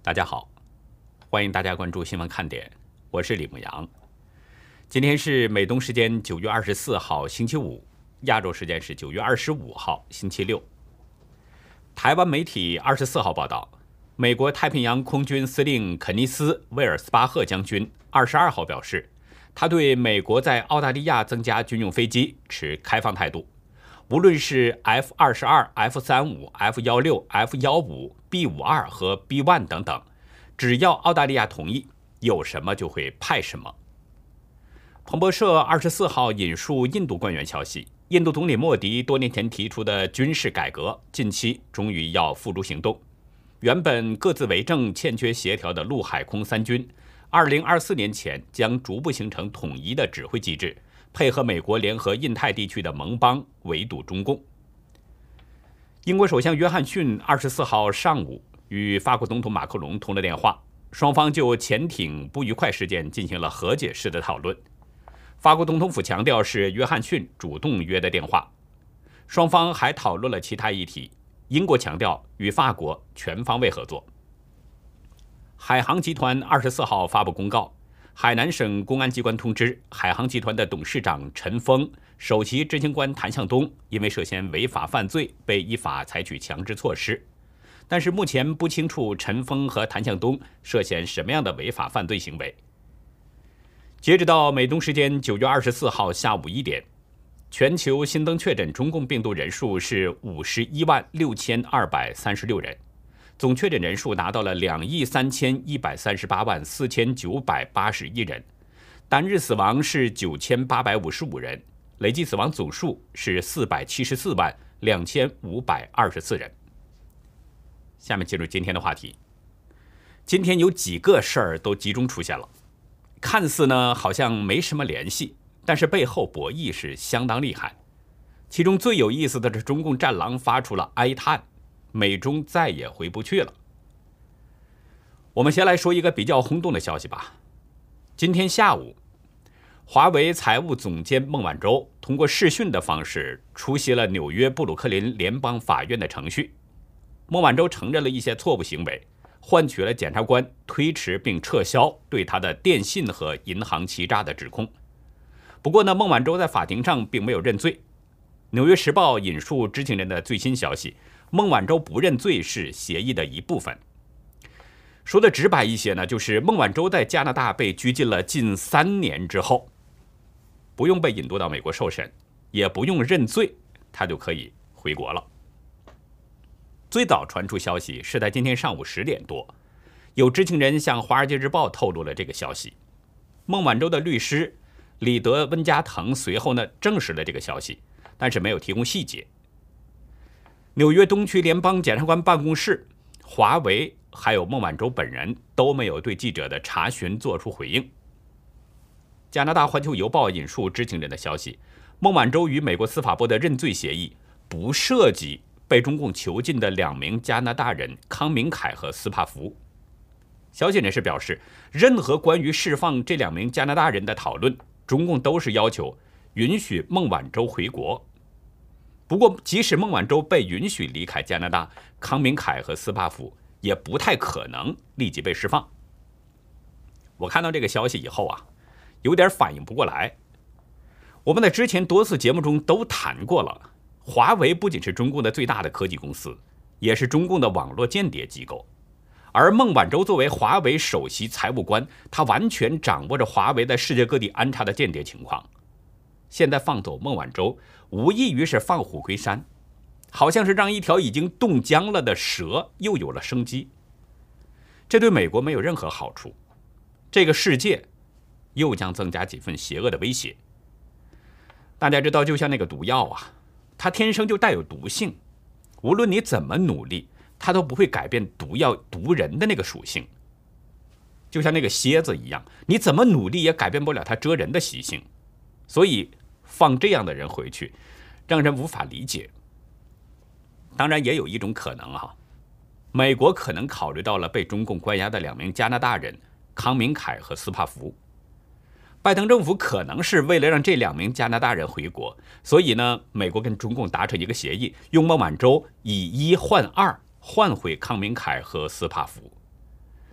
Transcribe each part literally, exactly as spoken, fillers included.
大家好，欢迎大家关注新闻看点，我是李牧阳。今天是美东时间九月二十四号星期五，亚洲时间是九月二十五号星期六。台湾媒体二十四号报道，美国太平洋空军司令肯尼斯·威尔斯巴赫将军二十二号表示，他对美国在澳大利亚增加军用飞机持开放态度，无论是 F 二十二、F 三十五、F 十六、F 十五、B 五十二和 B 一 等等，只要澳大利亚同意，有什么就会派什么。彭博社二十四号引述印度官员消息，印度总理莫迪多年前提出的军事改革，近期终于要付诸行动。原本各自为政、欠缺协调的陆海空三军，二零二四年前将逐步形成统一的指挥机制，配合美国联合印太地区的盟邦，围堵中共。英国首相约翰逊二十四号上午与法国总统马克龙通了电话，双方就潜艇不愉快事件进行了和解式的讨论。法国总统府强调是约翰逊主动约的电话，双方还讨论了其他议题。英国强调与法国全方位合作。海航集团二十四号发布公告，海南省公安机关通知，海航集团的董事长陈峰、首席执行官谭向东因为涉嫌违法犯罪，被依法采取强制措施。但是目前不清楚陈峰和谭向东涉嫌什么样的违法犯罪行为。截止到美东时间九月二十四号下午一点，全球新增确诊中共病毒人数是五十一万六千二百三十六人，总确诊人数达到了两亿三千一百三十八万四千九百八十一人，单日死亡是九千八百五十五人，累计死亡总数是四百七十四万两千五百二十四人。下面进入今天的话题。今天有几个事儿都集中出现了，看似呢好像没什么联系，但是背后博弈是相当厉害。其中最有意思的是，中共战狼发出了哀叹，美中再也回不去了。我们先来说一个比较轰动的消息吧。今天下午，华为财务总监孟晚舟通过视讯的方式出席了纽约布鲁克林联邦法院的程序。孟晚舟承认了一些错误行为，换取了检察官推迟并撤销对他的电信和银行欺诈的指控。不过呢，孟晚舟在法庭上并没有认罪。纽约时报引述知情人的最新消息，孟晚舟不认罪是协议的一部分。说的直白一些呢，就是孟晚舟在加拿大被拘禁了近三年之后，不用被引渡到美国受审，也不用认罪，他就可以回国了。最早传出消息是在今天上午十点多，有知情人向《华尔街日报》透露了这个消息。孟晚舟的律师李德温加腾随后呢证实了这个消息，但是没有提供细节。纽约东区联邦检察官办公室、华为还有孟晚舟本人都没有对记者的查询做出回应。加拿大《环球邮报》引述知情人的消息，孟晚舟与美国司法部的认罪协议不涉及被中共囚禁的两名加拿大人康明凯和斯帕福。消息人士表示，任何关于释放这两名加拿大人的讨论，中共都是要求允许孟晚舟回国。不过，即使孟晚舟被允许离开加拿大，康明凯和斯帕福也不太可能立即被释放。我看到这个消息以后啊，有点反应不过来。我们在之前多次节目中都谈过了，华为不仅是中共的最大的科技公司，也是中共的网络间谍机构。而孟晚舟作为华为首席财务官，他完全掌握着华为在世界各地安插的间谍情况。现在放走孟晚舟，无异于是放虎归山，好像是让一条已经冻僵了的蛇又有了生机。这对美国没有任何好处，这个世界又将增加几分邪恶的威胁。大家知道，就像那个毒药啊，它天生就带有毒性，无论你怎么努力，它都不会改变毒药毒人的那个属性。就像那个蝎子一样，你怎么努力也改变不了它蛰人的习性。所以放这样的人回去，让人无法理解。当然也有一种可能啊，美国可能考虑到了被中共关押的两名加拿大人康明凯和斯帕福，拜登政府可能是为了让这两名加拿大人回国，所以呢，美国跟中共达成一个协议，用孟晚舟以一换二换回康明凯和斯帕福。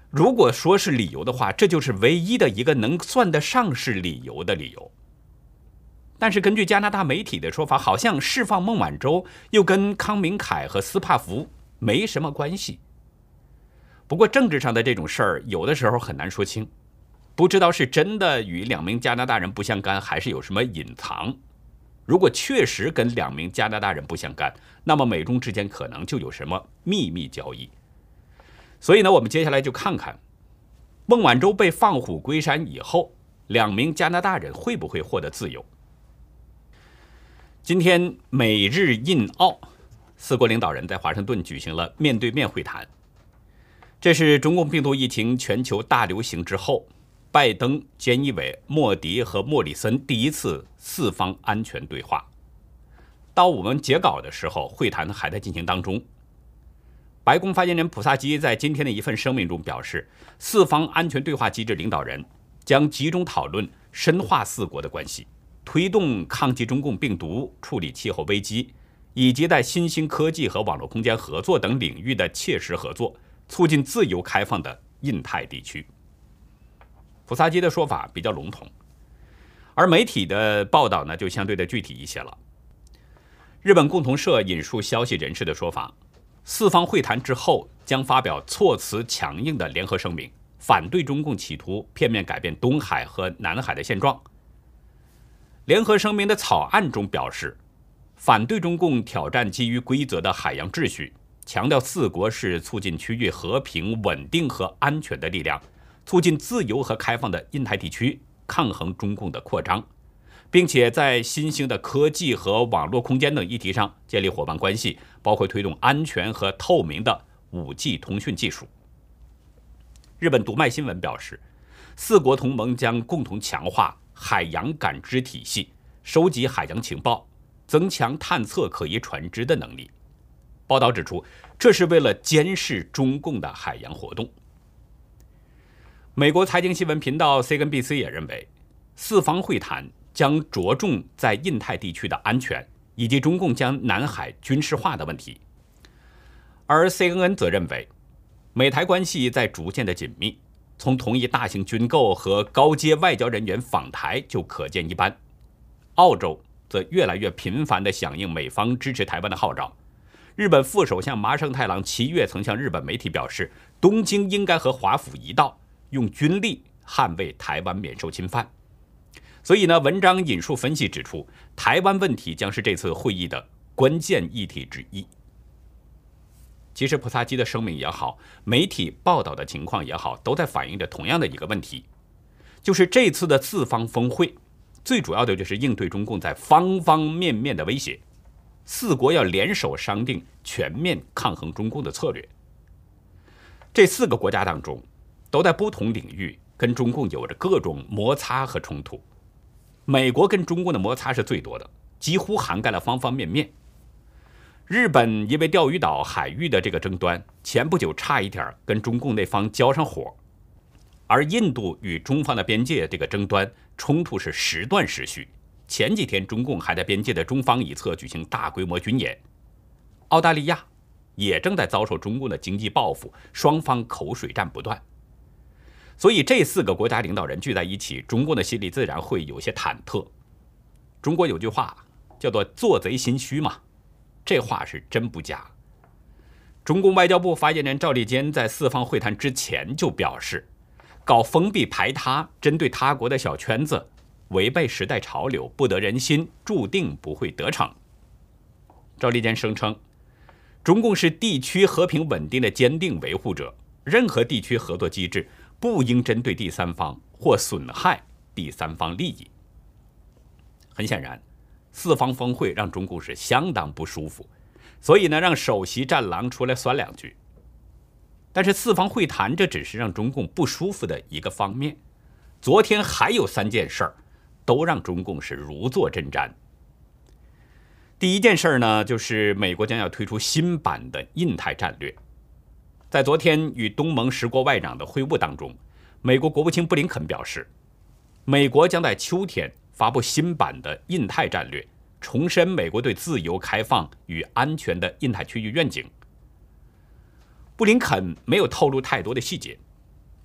如果说是理由的话，这就是唯一的一个能算得上是理由的理由。但是根据加拿大媒体的说法，好像释放孟晚舟又跟康明凯和斯帕福没什么关系。不过政治上的这种事儿，有的时候很难说清，不知道是真的与两名加拿大人不相干，还是有什么隐藏。如果确实跟两名加拿大人不相干，那么美中之间可能就有什么秘密交易。所以呢，我们接下来就看看孟晚舟被放虎归山以后，两名加拿大人会不会获得自由。今天美日印澳四国领导人在华盛顿举行了面对面会谈，这是中共病毒疫情全球大流行之后，拜登、菅义伟、莫迪和莫里森第一次四方安全对话。到我们截稿的时候，会谈还在进行当中。白宫发言人普萨基在今天的一份声明中表示，四方安全对话机制领导人将集中讨论深化四国的关系，推动抗击中共病毒、处理气候危机，以及在新兴科技和网络空间合作等领域的切实合作，促进自由开放的印太地区。普萨基的说法比较笼统，而媒体的报道呢就相对的具体一些了。日本共同社引述消息人士的说法，四方会谈之后将发表措辞强硬的联合声明，反对中共企图片面改变东海和南海的现状。联合声明的草案中表示，反对中共挑战基于规则的海洋秩序，强调四国是促进区域和平、稳定和安全的力量，促进自由和开放的印太地区，抗衡中共的扩张，并且在新兴的科技和网络空间等议题上建立伙伴关系，包括推动安全和透明的 五 G 通讯技术。日本读卖新闻表示，四国同盟将共同强化海洋感知体系，收集海洋情报，增强探测可疑船只的能力。报道指出，这是为了监视中共的海洋活动。美国财经新闻频道 C N B C 也认为，四方会谈将着重在印太地区的安全，以及中共将南海军事化的问题。而 C N N 则认为，美台关系在逐渐的紧密，从同意大型军购和高阶外交人员访台就可见一斑。澳洲则越来越频繁地响应美方支持台湾的号召。日本副首相麻生太郎七月曾向日本媒体表示，东京应该和华府一道，用军力捍卫台湾免受侵犯。所以呢，文章引述分析指出，台湾问题将是这次会议的关键议题之一。其实普萨基的声明也好，媒体报道的情况也好，都在反映着同样的一个问题，就是这次的四方峰会最主要的就是应对中共在方方面面的威胁，四国要联手商定全面抗衡中共的策略。这四个国家当中，都在不同领域跟中共有着各种摩擦和冲突。美国跟中共的摩擦是最多的，几乎涵盖了方方面面。日本因为钓鱼岛海域的这个争端，前不久差一点跟中共那方交上火。而印度与中方的边界这个争端冲突是时断时续，前几天中共还在边界的中方一侧举行大规模军演。澳大利亚也正在遭受中共的经济报复，双方口水战不断。所以这四个国家领导人聚在一起，中共的心里自然会有些忐忑。中国有句话叫做做贼心虚嘛，这话是真不假。中共外交部发言人赵立坚在四方会谈之前就表示，搞封闭排他、针对他国的小圈子，违背时代潮流，不得人心，注定不会得逞。赵立坚声称，中共是地区和平稳定的坚定维护者，任何地区合作机制不应针对第三方或损害第三方利益。很显然，四方峰会让中共是相当不舒服，所以呢，让首席战狼出来酸两句。但是四方会谈这只是让中共不舒服的一个方面，昨天还有三件事儿，都让中共是如坐针毡。第一件事呢，就是美国将要推出新版的印太战略。在昨天与东盟十国外长的会晤当中，美国国务卿布林肯表示，美国将在秋天发布新版的印太战略，重申美国对自由、开放与安全的印太区域愿景。布林肯没有透露太多的细节，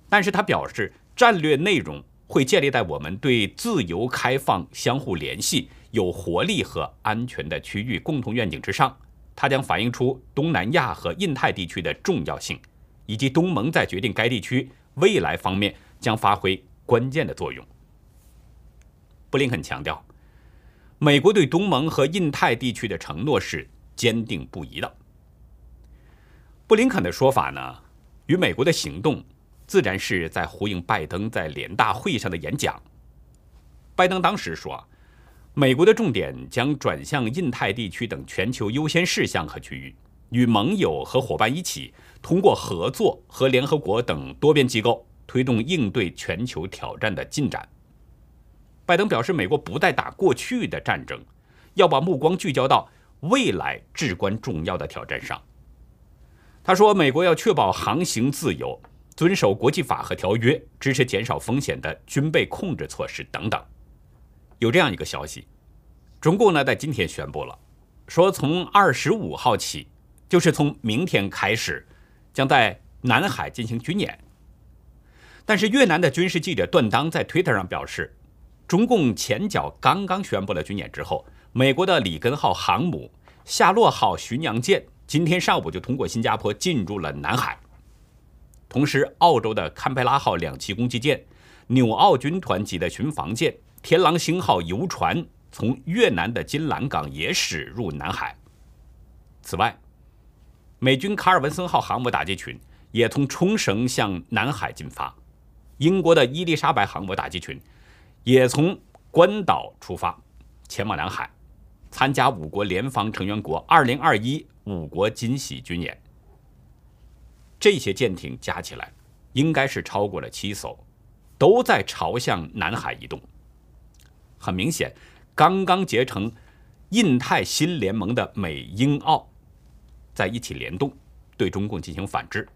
但是他表示，战略内容会建立在我们对自由开放、相互联系、有活力和安全的区域共同愿景之上。它将反映出东南亚和印太地区的重要性，以及东盟在决定该地区未来方面将发挥关键的作用。布林肯强调，美国对东盟和印太地区的承诺是坚定不移的。布林肯的说法呢，与美国的行动自然是在呼应拜登在联大会上的演讲。拜登当时说，美国的重点将转向印太地区等全球优先事项和区域，与盟友和伙伴一起，通过合作和联合国等多边机构推动应对全球挑战的进展。拜登表示，美国不再打过去的战争，要把目光聚焦到未来至关重要的挑战上。他说，美国要确保航行自由，遵守国际法和条约，支持减少风险的军备控制措施等等。有这样一个消息，中共呢在今天宣布了，说从二十五号起，就是从明天开始，将在南海进行军演。但是越南的军事记者段当在 Twitter 上表示，中共前脚刚刚宣布了军演之后，美国的里根号航母、夏洛号巡洋舰今天上午就通过新加坡进入了南海。同时，澳洲的堪培拉号两栖攻击舰、纽澳军团级的巡防舰、天狼星号游船从越南的金兰港也驶入南海。此外，美军卡尔文森号航母打击群也从冲绳向南海进发，英国的伊丽莎白航母打击群也从关岛出发，前往南海，参加五国联防成员国二零二一五国金喜军演。这些舰艇加起来应该是超过了七艘，都在朝向南海移动。很明显，刚刚结成印太新联盟的美英澳在一起联动，对中共进行反制。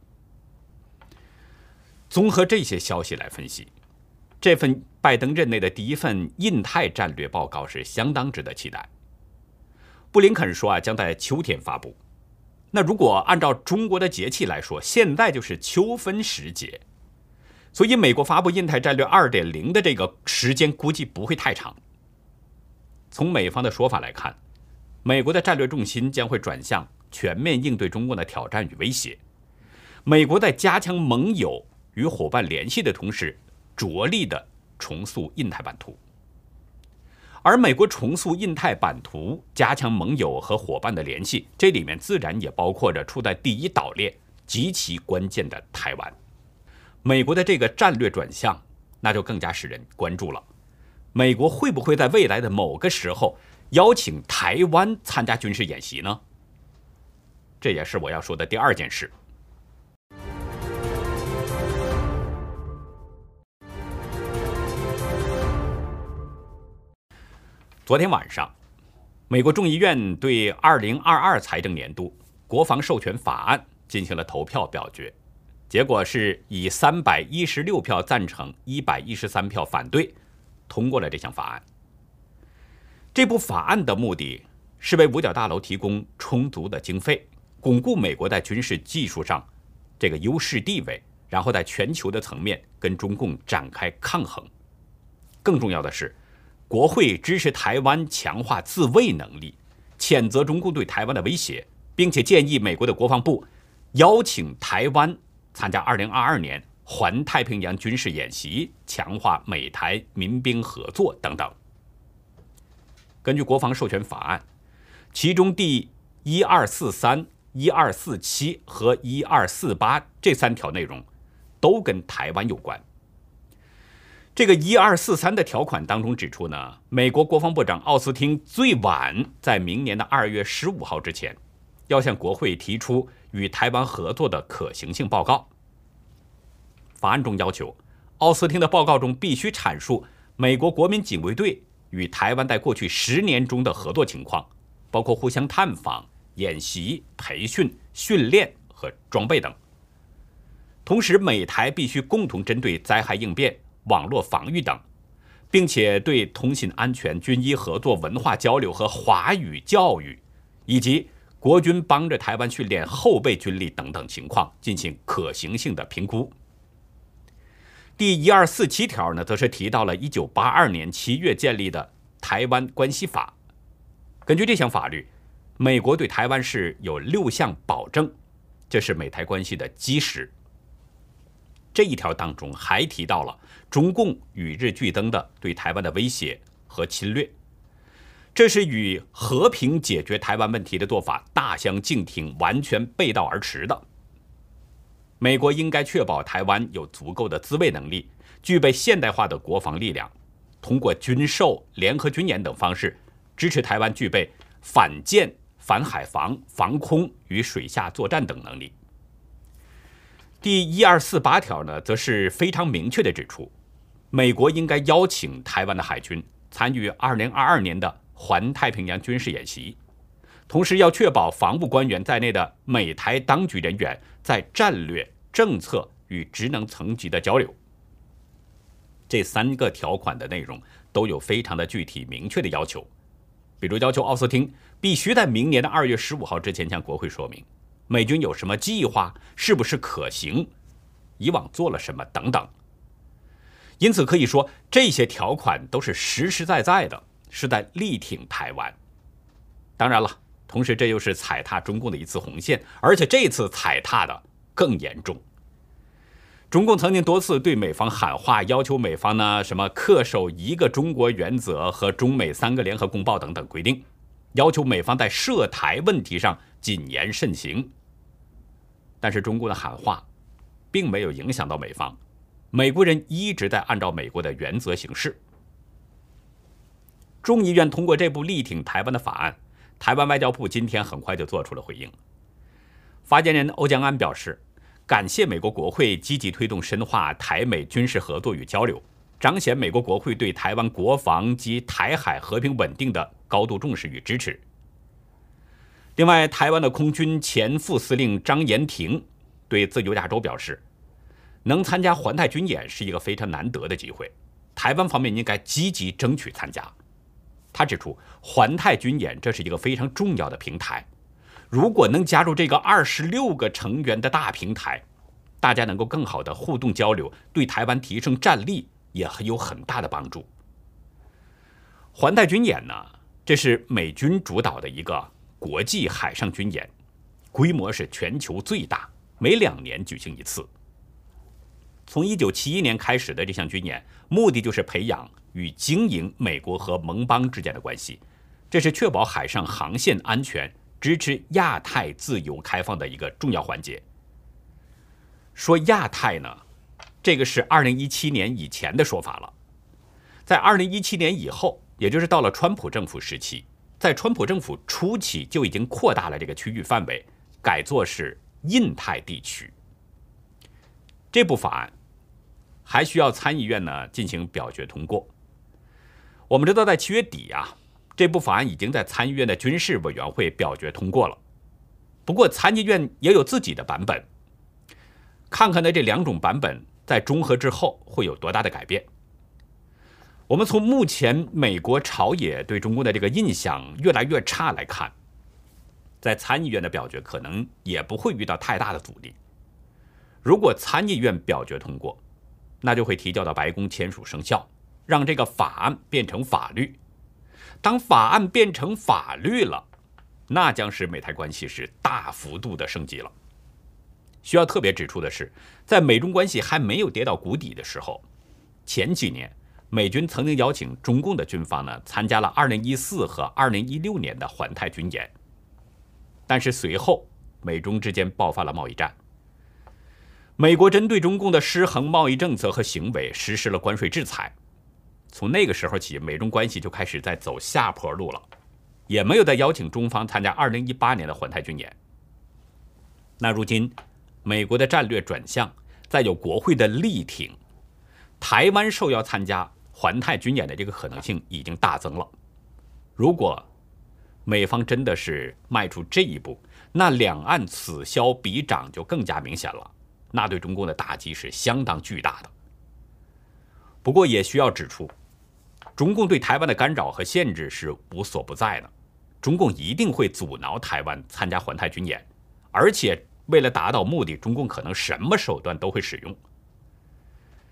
综合这些消息来分析，这份拜登任内的第一份印太战略报告是相当值得期待。布林肯说啊，将在秋天发布。那如果按照中国的节气来说，现在就是秋分时节，所以美国发布印太战略 二点零 的这个时间估计不会太长。从美方的说法来看，美国的战略重心将会转向全面应对中共的挑战与威胁。美国在加强盟友与伙伴联系的同时，着力的重塑印太版图。而美国重塑印太版图，加强盟友和伙伴的联系，这里面自然也包括着处在第一岛链极其关键的台湾。美国的这个战略转向，那就更加使人关注了。美国会不会在未来的某个时候邀请台湾参加军事演习呢？这也是我要说的第二件事。昨天晚上，美国众议院对二零二二财政年度国防授权法案进行了投票表决，结果是以三百一十六票赞成、一百一十三票反对，通过了这项法案。这部法案的目的是为五角大楼提供充足的经费，巩固美国在军事技术上这个优势地位，然后在全球的层面跟中共展开抗衡。更重要的是，国会支持台湾强化自卫能力，谴责中共对台湾的威胁，并且建议美国的国防部邀请台湾参加二零二二年环太平洋军事演习，强化美台民兵合作等等。根据国防授权法案，其中第一二四三、一二四七和一二四八这三条内容都跟台湾有关。这个一二四三的条款当中指出呢，美国国防部长奥斯汀最晚在明年的二月十五号之前，要向国会提出与台湾合作的可行性报告。法案中要求，奥斯汀的报告中必须阐述美国国民警卫队与台湾在过去十年中的合作情况，包括互相探访、演习、培训、训练和装备等。同时，美台必须共同针对灾害应变、网络防御等，并且对通信安全、军医合作、文化交流和华语教育，以及国军帮着台湾训练后备军力等等情况进行可行性的评估。 第一二四七条呢，则是提到了一九八二年七月建立的台湾关系法。根据这项法律，美国对台湾是有六项保证，这是美台关系的基石。这一条当中还提到了中共与日俱增的对台湾的威胁和侵略，这是与和平解决台湾问题的做法大相径庭，完全背道而驰的。美国应该确保台湾有足够的自卫能力，具备现代化的国防力量，通过军售、联合军演等方式，支持台湾具备反舰、反海防、防空与水下作战等能力。第一二四八条呢，则是非常明确地指出，美国应该邀请台湾的海军参与二零二二年的环太平洋军事演习，同时要确保防务官员在内的美台当局人员在战略、政策与职能层级的交流。这三个条款的内容都有非常的具体明确的要求，比如要求奥斯汀必须在明年的二月十五号之前向国会说明美军有什么计划，是不是可行，以往做了什么等等。因此可以说，这些条款都是实实在在的，是在力挺台湾。当然了，同时这又是踩踏中共的一次红线，而且这次踩踏的更严重。中共曾经多次对美方喊话，要求美方呢什么恪守一个中国原则和中美三个联合公报等等规定，要求美方在涉台问题上谨言慎行。但是中共的喊话并没有影响到美方，美国人一直在按照美国的原则行事。众议院通过这部力挺台湾的法案，台湾外交部今天很快就做出了回应。发言人欧江安表示，感谢美国国会积极推动深化台美军事合作与交流，彰显美国国会对台湾国防及台海和平稳定的高度重视与支持。另外，台湾的空军前副司令张延廷对自由亚洲表示，能参加环太军演是一个非常难得的机会，台湾方面应该积极争取参加。他指出，环太军演这是一个非常重要的平台，如果能加入这个二十六个成员的大平台，大家能够更好的互动交流，对台湾提升战力也有很大的帮助。环太军演呢，这是美军主导的一个国际海上军演，规模是全球最大，每两年举行一次。从一九七一年开始的这项军演，目的就是培养与经营美国和盟邦之间的关系，这是确保海上航线安全、支持亚太自由开放的一个重要环节。说亚太呢，这个是二零一七年以前的说法了。在二零一七年以后，也就是到了川普政府时期，在川普政府初期就已经扩大了这个区域范围，改作是印太地区。这部法案还需要参议院呢进行表决通过。我们知道，在七月底啊，这部法案已经在参议院的军事委员会表决通过了。不过参议院也有自己的版本，看看呢这两种版本在中和之后会有多大的改变。我们从目前美国朝野对中共的这个印象越来越差来看，在参议院的表决可能也不会遇到太大的阻力。如果参议院表决通过，那就会提交到白宫签署生效，让这个法案变成法律。当法案变成法律了，那将使美台关系是大幅度的升级了。需要特别指出的是，在美中关系还没有跌到谷底的时候，前几年美军曾经邀请中共的军方呢参加了二零一四和二零一六年的环太军演，但是随后美中之间爆发了贸易战，美国针对中共的失衡贸易政策和行为实施了关税制裁，从那个时候起，美中关系就开始在走下坡路了，也没有再邀请中方参加二零一八年的环太军演。那如今美国的战略转向，再有国会的力挺，台湾受邀参加环太军演的这个可能性已经大增了。如果美方真的是迈出这一步，那两岸此消彼长就更加明显了，那对中共的打击是相当巨大的。不过也需要指出，中共对台湾的干扰和限制是无所不在的，中共一定会阻挠台湾参加环太军演，而且为了达到目的，中共可能什么手段都会使用。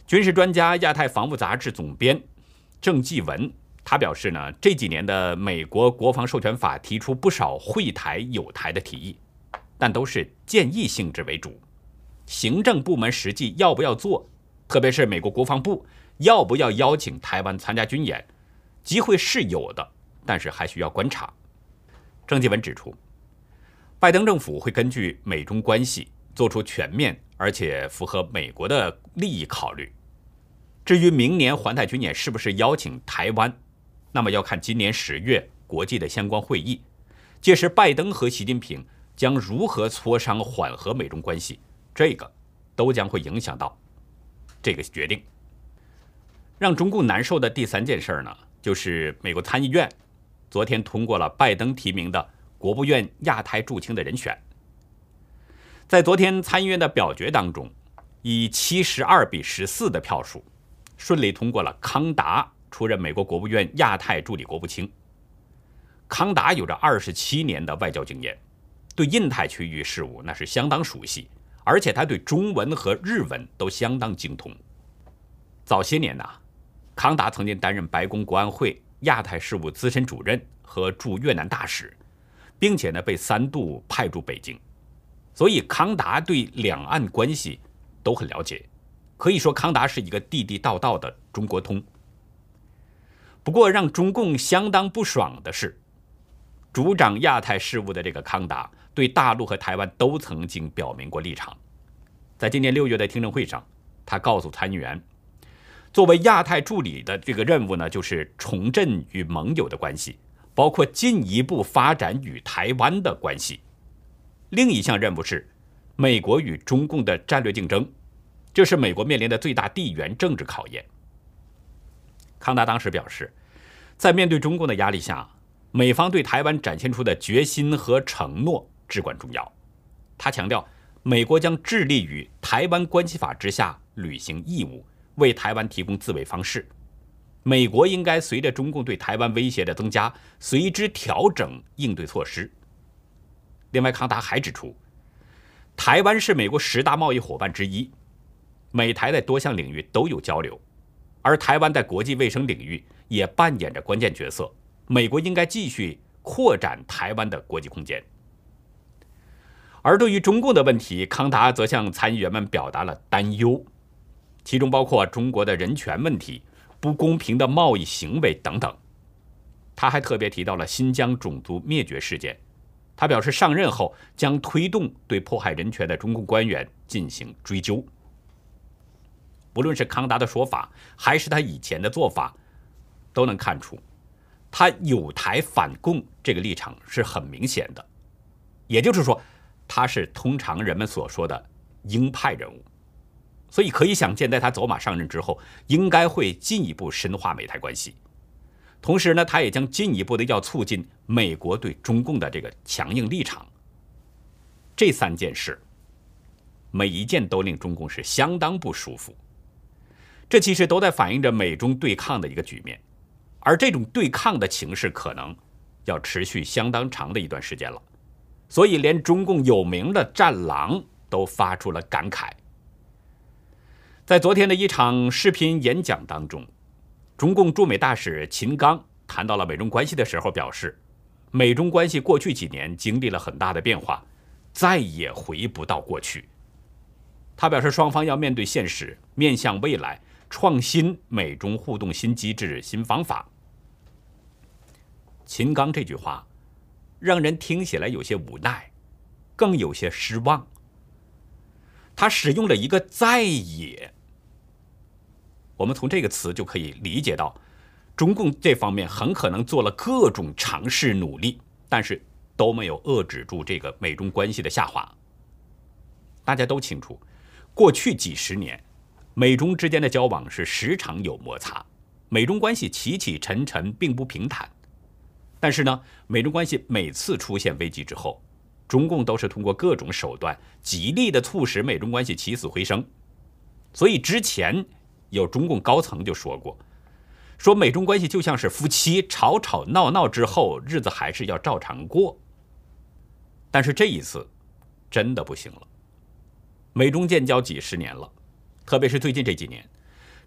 军事专家、亚太防务杂志总编郑继文他表示呢，这几年的美国国防授权法提出不少惠台、友台的提议，但都是建议性质为主，行政部门实际要不要做，特别是美国国防部要不要邀请台湾参加军演，机会是有的，但是还需要观察。郑继文指出，拜登政府会根据美中关系做出全面而且符合美国的利益考虑。至于明年环太军演是不是邀请台湾，那么要看今年十月国际的相关会议，届时拜登和习近平将如何磋商缓和美中关系，这个都将会影响到这个决定。让中共难受的第三件事呢，就是美国参议院昨天通过了拜登提名的国务院亚太驻青的人选。在昨天参议院的表决当中，以七十二比十四的票数，顺利通过了康达出任美国国务院亚太助理国务卿。康达有着二十七年的外交经验，对印太区域事务那是相当熟悉，而且他对中文和日文都相当精通。早些年呢、啊，康达曾经担任白宫国安会亚太事务资深主任和驻越南大使，并且呢被三度派驻北京，所以康达对两岸关系都很了解，可以说康达是一个地地道道的中国通。不过让中共相当不爽的是，主掌亚太事务的这个康达对大陆和台湾都曾经表明过立场。在今年六月的听证会上，他告诉参议员，作为亚太助理的这个任务呢，就是重振与盟友的关系，包括进一步发展与台湾的关系。另一项任务是美国与中共的战略竞争，这是美国面临的最大地缘政治考验。康达当时表示，在面对中共的压力下，美方对台湾展现出的决心和承诺至关重要。他强调，美国将致力于台湾关系法之下履行义务，为台湾提供自卫方式。美国应该随着中共对台湾威胁的增加，随之调整应对措施。另外，康达还指出，台湾是美国十大贸易伙伴之一，美台在多项领域都有交流，而台湾在国际卫生领域也扮演着关键角色，美国应该继续扩展台湾的国际空间。而对于中共的问题，康达则向参议员们表达了担忧，其中包括中国的人权问题、不公平的贸易行为等等。他还特别提到了新疆种族灭绝事件，他表示上任后将推动对迫害人权的中共官员进行追究。无论是康达的说法，还是他以前的做法，都能看出他友台反共这个立场是很明显的，也就是说，他是通常人们所说的鹰派人物。所以可以想见，在他走马上任之后，应该会进一步深化美台关系。同时呢，他也将进一步的要促进美国对中共的这个强硬立场。这三件事，每一件都令中共是相当不舒服。这其实都在反映着美中对抗的一个局面，而这种对抗的情势可能要持续相当长的一段时间了。所以连中共有名的战狼都发出了感慨。在昨天的一场视频演讲当中，中共驻美大使秦刚谈到了美中关系的时候表示，美中关系过去几年经历了很大的变化，再也回不到过去。他表示，双方要面对现实，面向未来，创新美中互动新机制、新方法。秦刚这句话让人听起来有些无奈，更有些失望。他使用了一个再也，我们从这个词就可以理解到，中共这方面很可能做了各种尝试努力，但是都没有遏制住这个美中关系的下滑。大家都清楚，过去几十年美中之间的交往是时常有摩擦，美中关系起起沉沉，并不平坦。但是呢，美中关系每次出现危机之后，中共都是通过各种手段极力的促使美中关系起死回生。所以之前有中共高层就说过，说美中关系就像是夫妻吵吵闹闹之后，日子还是要照常过。但是这一次真的不行了。美中建交几十年了，特别是最近这几年，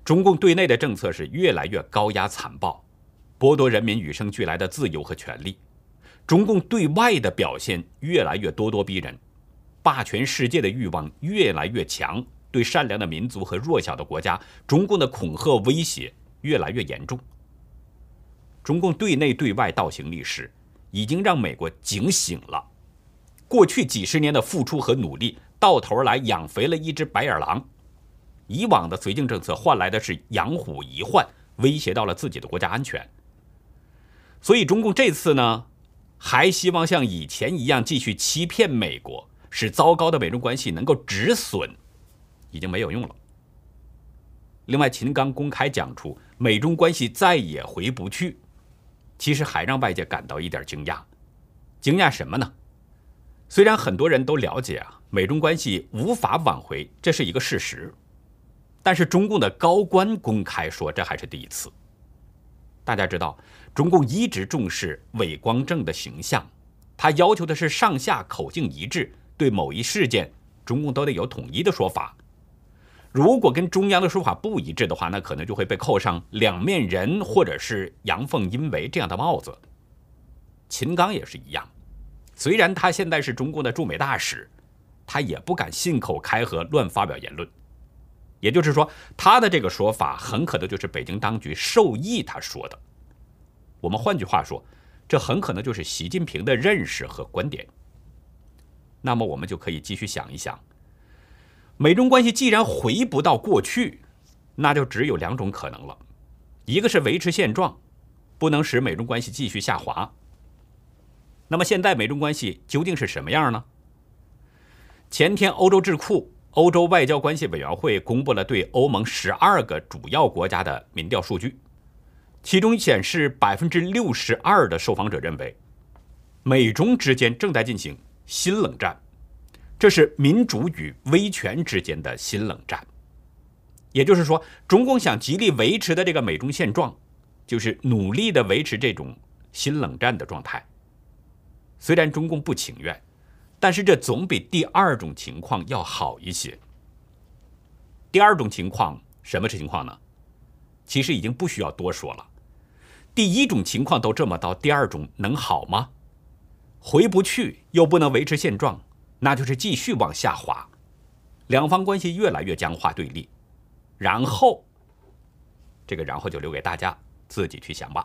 中共对内的政策是越来越高压残暴，剥夺人民与生俱来的自由和权利；中共对外的表现越来越咄咄逼人，霸权世界的欲望越来越强，对善良的民族和弱小的国家，中共的恐吓威胁越来越严重。中共对内对外倒行逆施，已经让美国警醒了。过去几十年的付出和努力，到头来养肥了一只白眼狼。以往的绥靖政策换来的是养虎遗患，威胁到了自己的国家安全。所以中共这次呢，还希望像以前一样继续欺骗美国，使糟糕的美中关系能够止损，已经没有用了。另外，秦刚公开讲出美中关系再也回不去，其实还让外界感到一点惊讶。惊讶什么呢？虽然很多人都了解啊，美中关系无法挽回，这是一个事实，但是中共的高官公开说这还是第一次。大家知道，中共一直重视伪光正的形象，他要求的是上下口径一致，对某一事件，中共都得有统一的说法。如果跟中央的说法不一致的话，那可能就会被扣上两面人或者是阳奉阴违这样的帽子。秦刚也是一样，虽然他现在是中共的驻美大使，他也不敢信口开河乱发表言论。也就是说，他的这个说法很可能就是北京当局授意他说的。我们换句话说，这很可能就是习近平的认识和观点。那么我们就可以继续想一想，美中关系既然回不到过去，那就只有两种可能了。一个是维持现状，不能使美中关系继续下滑。那么现在美中关系究竟是什么样呢？前天欧洲智库欧洲外交关系委员会公布了对欧盟十二个主要国家的民调数据，其中显示 百分之六十二 的受访者认为美中之间正在进行新冷战，这是民主与威权之间的新冷战。也就是说，中共想极力维持的这个美中现状，就是努力的维持这种新冷战的状态。虽然中共不情愿，但是这总比第二种情况要好一些。第二种情况，什么情况呢？其实已经不需要多说了。第一种情况都这么到，第二种能好吗？回不去又不能维持现状，那就是继续往下滑，两方关系越来越僵化对立。然后，这个然后就留给大家自己去想吧。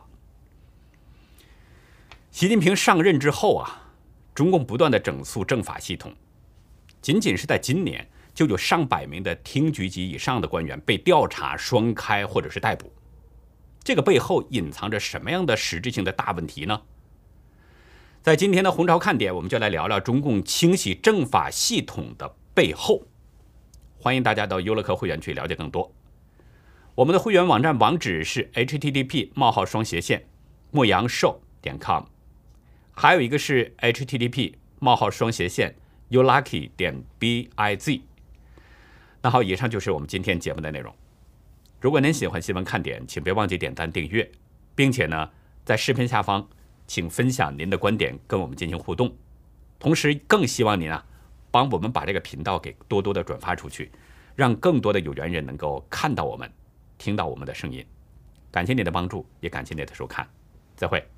习近平上任之后啊，中共不断的整肃政法系统，仅仅是在今年就有上百名的厅局级以上的官员被调查、双开或者是逮捕。这个背后隐藏着什么样的实质性的大问题呢？在今天的红潮看点，我们就来聊聊中共清洗政法系统的背后。欢迎大家到优乐客会员去了解更多。我们的会员网站网址是 h t t p 冒号双斜线牧羊寿点 com， 还有一个是 h t t p 冒号双斜线 youlucky 点 biz。那好，以上就是我们今天节目的内容。如果您喜欢新闻看点，请别忘记点赞订阅，并且呢，在视频下方请分享您的观点，跟我们进行互动。同时，更希望您啊，帮我们把这个频道给多多的转发出去，让更多的有缘人能够看到我们，听到我们的声音。感谢您的帮助，也感谢您的收看，再会。